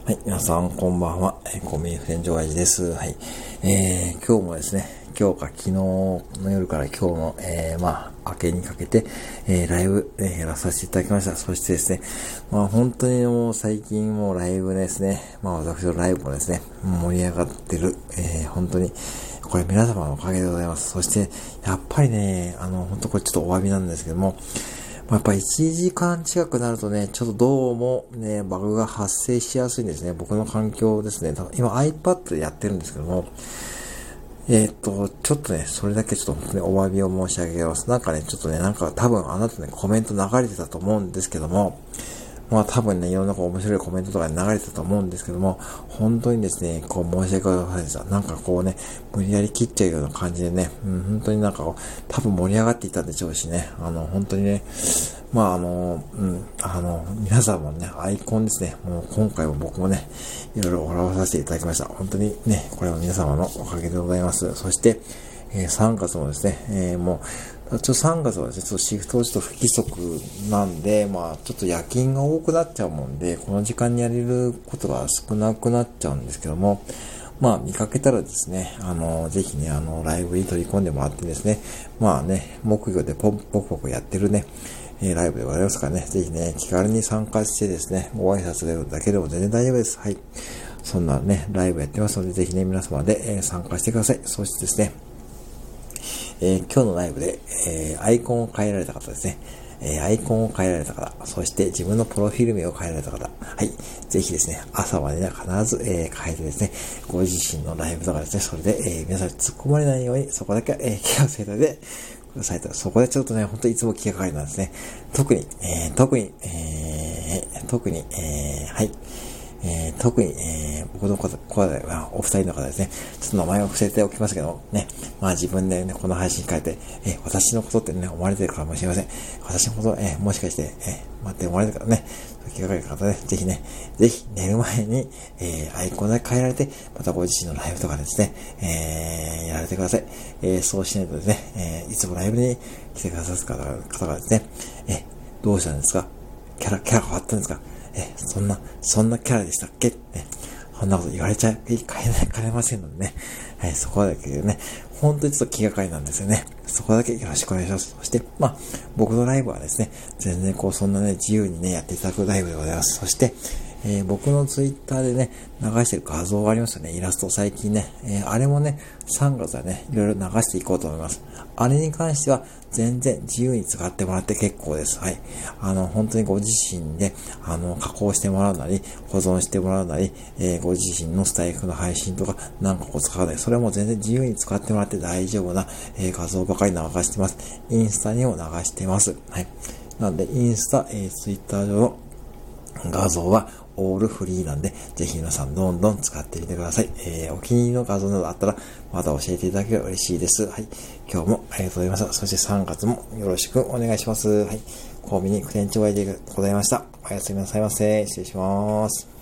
はい、皆さんこんばんは。コンビニ副店長愛知です。はい。今日もですね、今日か昨日の夜から今日の、明けにかけて、ライブ、やらさせていただきました。そしてですね、本当にもう最近もうライブですね、私のライブもですね、盛り上がってる、本当に、これ皆様のおかげでございます。そして、やっぱりね、本当これちょっとお詫びなんですけども、やっぱ1時間近くなるとね、ちょっとどうもね、バグが発生しやすいんですね。僕の環境ですね。今 iPad でやってるんですけども、ちょっとね、それだけちょっと、ね、お詫びを申し上げます。なんかね、ちょっとね、多分あなたね、コメント流れてたと思うんですけども、多分ね、いろんな面白いコメントとかに流れてたと思うんですけども、本当にですね、申し訳ございませんでした。無理やり切っちゃうような感じでね、本当に多分盛り上がっていたんでしょうしね、本当にね、皆さんもね、アイコンですね、もう今回も僕もね、いろいろ笑わさせていただきました。本当にね、これは皆様のおかげでございます。そして、3月もですね、3月はちょっとシフトちょっと不規則なんで、ちょっと夜勤が多くなっちゃうもんで、この時間にやれることが少なくなっちゃうんですけども、見かけたらですね、ぜひね、ライブに取り込んでもらってですね、木魚でポクやってるね、ライブでございますからね、ぜひね、気軽に参加してですね、ご挨拶だけでも全然大丈夫です。はい。そんなね、ライブやってますので、ぜひね、皆様で、参加してください。そしてですね、今日のライブで、アイコンを変えられた方ですね。アイコンを変えられた方、そして自分のプロフィール名を変えられた方、はい。ぜひですね、朝までには必ず、変えてですね、ご自身のライブとかですね、それで、皆さんに突っ込まれないように、そこだけは、気をつけてくださいと。そこでちょっとね、本当にいつも気がかりなんですね。特に、はい。特に、僕の声はお二人の方ですね、ちょっと名前を伏せておきますけどね、自分でね、この配信変えて、私のことってね、思われてるかもしれません。私のこと、もしかして、待って思われてるからね、気がかりな方ね、ぜひね、ぜひ寝る前に、アイコンだけ変えられて、またご自身のライブとかですね、やられてください。そうしないとですね、いつもライブに来てくださる方がですね、どうしたんですか？キャラ変わったんですか？そんなキャラでしたっけ？そんなこと言われちゃ変えませんのでね。そこだけでね、本当にちょっと気がかりなんですよね。そこだけよろしくお願いします。そして、僕のライブはですね、全然そんなね、自由にね、やっていただくライブでございます。そして、僕のツイッターでね、流してる画像がありますよね。イラスト最近ね。あれもね、3月はね、いろいろ流していこうと思います。あれに関しては、全然自由に使ってもらって結構です。はい。本当にご自身で、加工してもらうなり、保存してもらうなり、ご自身のスタイフの配信とか何個使わない。それはもう全然自由に使ってもらって大丈夫な、画像ばかり流してます。インスタにも流してます。はい。なので、インスタ、ツイッター上の画像はオールフリーなんで、ぜひ皆さんどんどん使ってみてください。お気に入りの画像などあったら、また教えていただければ嬉しいです。はい。今日もありがとうございました。そして3月もよろしくお願いします。はい。コンビニ副店長愛でございました。おやすみなさいませ。失礼します。